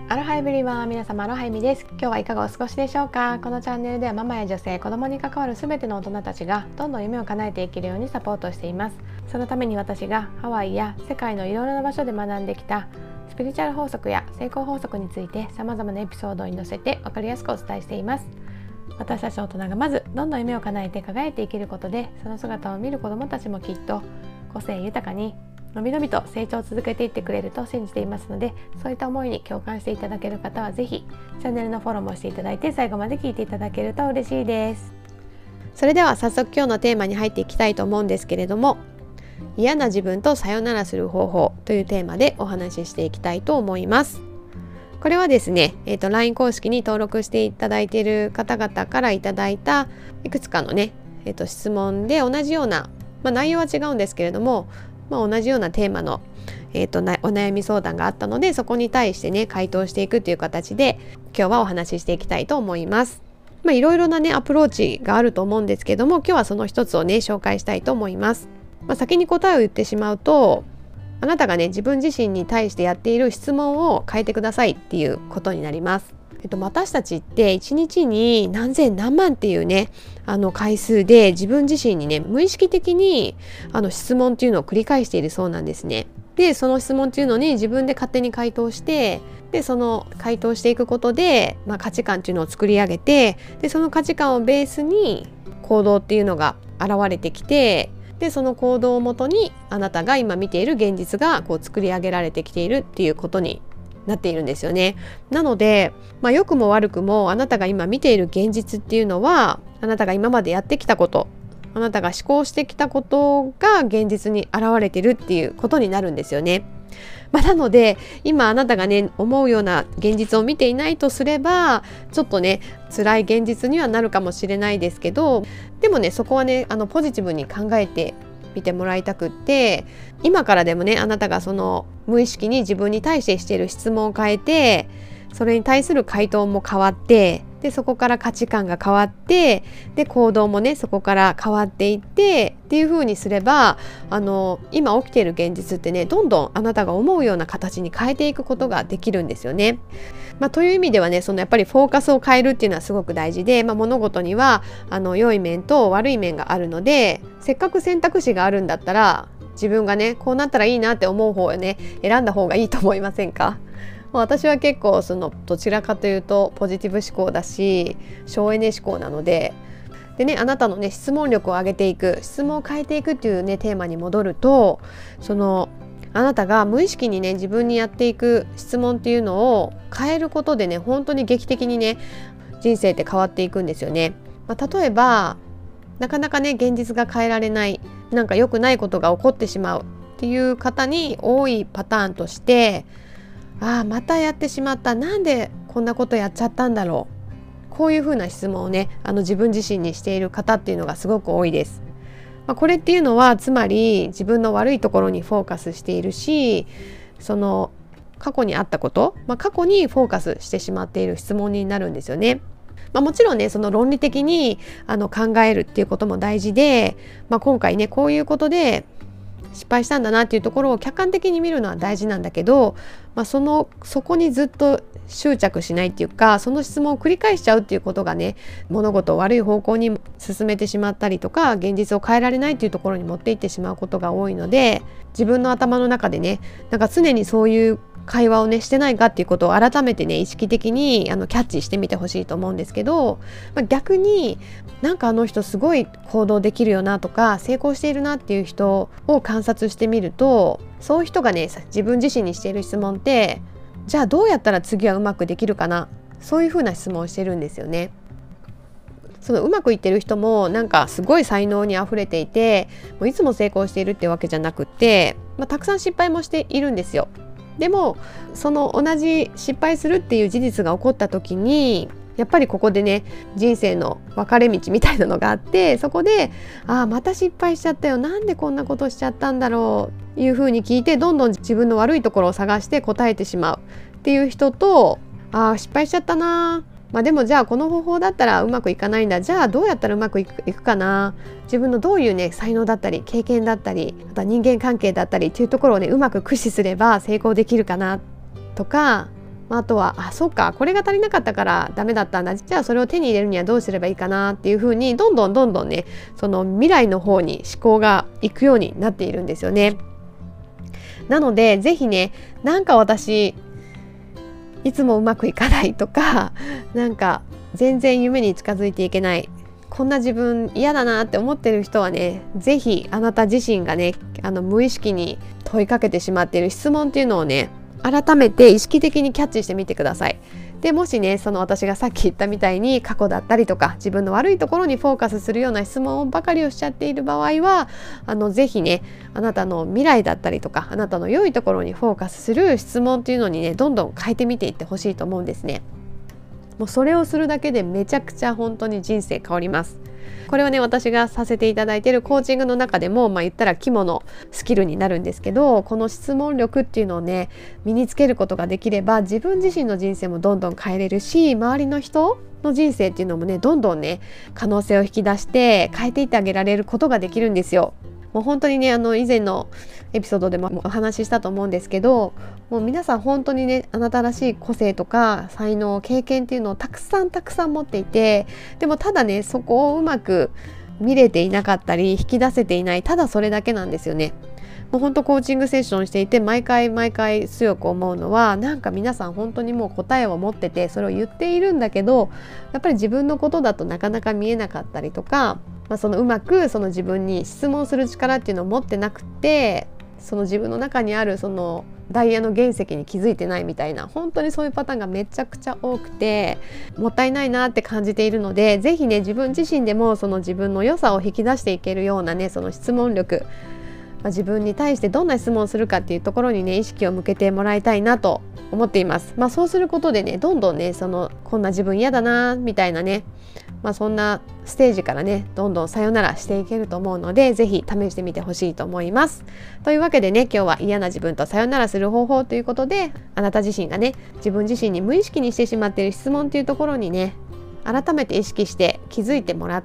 アロハエブリワン、皆様アロハエミです。今日はいかがお過ごしでしょうか。このチャンネルではママや女性、子供に関わる全ての大人たちがどんどん夢を叶えていけるようにサポートしています。そのために私がハワイや世界のいろいろな場所で学んできたスピリチュアル法則や成功法則について様々なエピソードに載せて分かりやすくお伝えしています。私たち大人がまずどんどん夢を叶えて輝いていけることで、その姿を見る子供たちもきっと個性豊かにのびのびと成長を続けていってくれると信じていますので、そういった思いに共感していただける方はぜひチャンネルのフォローもしていただいて、最後まで聞いていただけると嬉しいです。それでは早速今日のテーマに入っていきたいと思うんですけれども、嫌な自分とさよならする方法というテーマでお話ししていきたいと思います。これはですね、LINE 公式に登録していただいている方々からいただいたいくつかのね、質問で同じような、内容は違うんですけれども、同じようなテーマの、お悩み相談があったので、そこに対してね回答していくという形で今日はお話ししていきたいと思います。いろいろなねアプローチがあると思うんですけども、今日はその一つをね紹介したいと思います。先に答えを言ってしまうと、あなたがね自分自身に対してやっている質問を変えてくださいっていうことになります。私たちって1日に何千何万っていうね回数で自分自身にね無意識的に質問っていうのを繰り返しているそうなんですね。でその質問っていうのに自分で勝手に回答して、でその回答していくことで、価値観っていうのを作り上げて、でその価値観をベースに行動っていうのが現れてきて、でその行動をもとにあなたが今見ている現実が作り上げられてきているっていうことになっているんですよね。なので、良くも悪くもあなたが今見ている現実っていうのは、あなたが今までやってきたこと、あなたが思考してきたことが現実に現れているっていうことになるんですよね。なので今あなたがね思うような現実を見ていないとすれば、ちょっとね辛い現実にはなるかもしれないですけど、でもねそこはねポジティブに考えて見てもらいたくって、今からでもねあなたがその無意識に自分に対している質問を変えて、それに対する回答も変わって、でそこから価値観が変わって、で行動もねそこから変わっていってっていう風にすれば、今起きている現実ってねどんどんあなたが思うような形に変えていくことができるんですよね。という意味ではね、そのやっぱりフォーカスを変えるっていうのはすごく大事で、物事には良い面と悪い面があるので、せっかく選択肢があるんだったら自分がねこうなったらいいなって思う方をね選んだ方がいいと思いませんか？私は結構どちらかというとポジティブ思考だし省エネ思考なので、あなたのね質問力を上げていく、質問を変えていくっていうねテーマに戻ると、あなたが無意識にね自分にやっていく質問っていうのを変えることでね、本当に劇的にね人生って変わっていくんですよね。例えばなかなかね現実が変えられない、なんか良くないことが起こってしまうっていう方に多いパターンとして、またやってしまった、なんでこんなことやっちゃったんだろう、こういうふうな質問をね自分自身にしている方っていうのがすごく多いです。これっていうのはつまり自分の悪いところにフォーカスしているし、その過去にあったこと、過去にフォーカスしてしまっている質問になるんですよね。もちろんねその論理的に考えるっていうことも大事で、今回ねこういうことで失敗したんだなっていうところを客観的に見るのは大事なんだけど、そこにずっと執着しないっていうか、その質問を繰り返しちゃうっていうことがね物事を悪い方向に進めてしまったりとか、現実を変えられないっていうところに持っていってしまうことが多いので、自分の頭の中でね常にそういう会話をねしてないかっていうことを改めてね意識的にキャッチしてみてほしいと思うんですけど、逆にあの人すごい行動できるよなとか成功しているなっていう人を観察してみると、そういう人がね自分自身にしている質問って、じゃあどうやったら次はうまくできるかな、そういうふうな質問をしてるんですよね。そのうまくいってる人もすごい才能にあふれていて、もういつも成功しているってわけじゃなくって、たくさん失敗もしているんですよ。でもその同じ失敗するっていう事実が起こった時に、やっぱりここでね人生の分かれ道みたいなのがあって、そこでまた失敗しちゃったよ、なんでこんなことしちゃったんだろういうふうに聞いて、どんどん自分の悪いところを探して答えてしまうっていう人と、失敗しちゃったな、でもじゃあこの方法だったらうまくいかないんだ、じゃあどうやったらうまくいくかな、自分のどういうね才能だったり経験だったり、あとは人間関係だったりっていうところをねうまく駆使すれば成功できるかなとか、 あとはそうか、これが足りなかったからダメだったんだ、じゃあそれを手に入れるにはどうすればいいかなっていう風にどんどんね、その未来の方に思考がいくようになっているんですよね。なのでぜひね、なんか私いつもうまくいかないとか、なんか全然夢に近づいていけない、こんな自分嫌だなって思ってる人はね、ぜひあなた自身がね、無意識に問いかけてしまっている質問っていうのをね、改めて意識的にキャッチしてみてください。でもしね、その私がさっき言ったみたいに過去だったりとか自分の悪いところにフォーカスするような質問ばかりをしちゃっている場合は、ぜひね、あなたの未来だったりとかあなたの良いところにフォーカスする質問っていうのにね、どんどん変えてみていってほしいと思うんですね。もうそれをするだけでめちゃくちゃ本当に人生変わります。これはね、私がさせていただいているコーチングの中でも、言ったら肝のスキルになるんですけど、この質問力っていうのをね、身につけることができれば自分自身の人生もどんどん変えれるし、周りの人の人生っていうのもね、どんどんね、可能性を引き出して変えていってあげられることができるんですよ。もう本当にね、以前のエピソードでもお話ししたと思うんですけど、もう皆さん本当にね、あなたらしい個性とか才能、経験っていうのをたくさん持っていて、でもただね、そこをうまく見れていなかったり引き出せていない、ただそれだけなんですよね。もう本当コーチングセッションしていて毎回強く思うのは、なんか皆さん本当にもう答えを持っててそれを言っているんだけど、やっぱり自分のことだとなかなか見えなかったりとか、そのうまくその自分に質問する力っていうのを持ってなくて、その自分の中にあるそのダイヤの原石に気づいてないみたいな、本当にそういうパターンがめちゃくちゃ多くてもったいないなって感じているので、ぜひね、自分自身でもその自分の良さを引き出していけるようなね、その質問力、自分に対してどんな質問をするかっていうところにね、意識を向けてもらいたいなと思っています。そうすることでね、どんどんね、こんな自分嫌だなみたいなね、そんなステージからね、どんどんさよならしていけると思うので、ぜひ試してみてほしいと思います。というわけでね、今日は嫌な自分とさよならする方法ということで、あなた自身がね、自分自身に無意識にしてしまっている質問というところにね、改めて意識して気づいてもらって、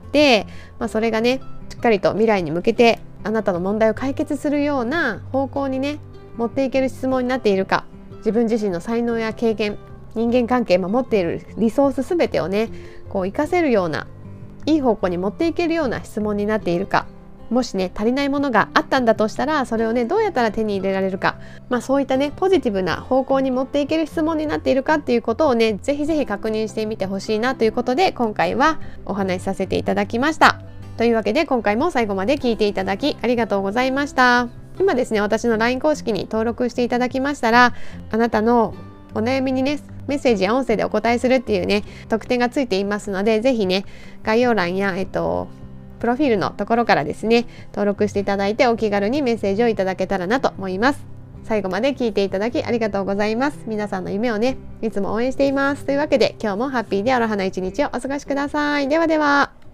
それがね、しっかりと未来に向けてあなたの問題を解決するような方向にね、持っていける質問になっているか、自分自身の才能や経験、人間関係、持っているリソースすべてをね、活かせるようないい方向に持っていけるような質問になっているか、もしね、足りないものがあったんだとしたら、それをね、どうやったら手に入れられるか、そういったね、ポジティブな方向に持っていける質問になっているかっていうことをね、ぜひ確認してみてほしいなということで、今回はお話しさせていただきました。というわけで、今回も最後まで聞いていただきありがとうございました。今ですね、私の LINE 公式に登録していただきましたら、あなたのお悩みにね、メッセージや音声でお答えするっていうね、特典がついていますので、ぜひね、概要欄やプロフィールのところからですね、登録していただいてお気軽にメッセージをいただけたらなと思います。最後まで聞いていただきありがとうございます。皆さんの夢をね、いつも応援しています。というわけで、今日もハッピーでアロハな一日をお過ごしください。ではでは。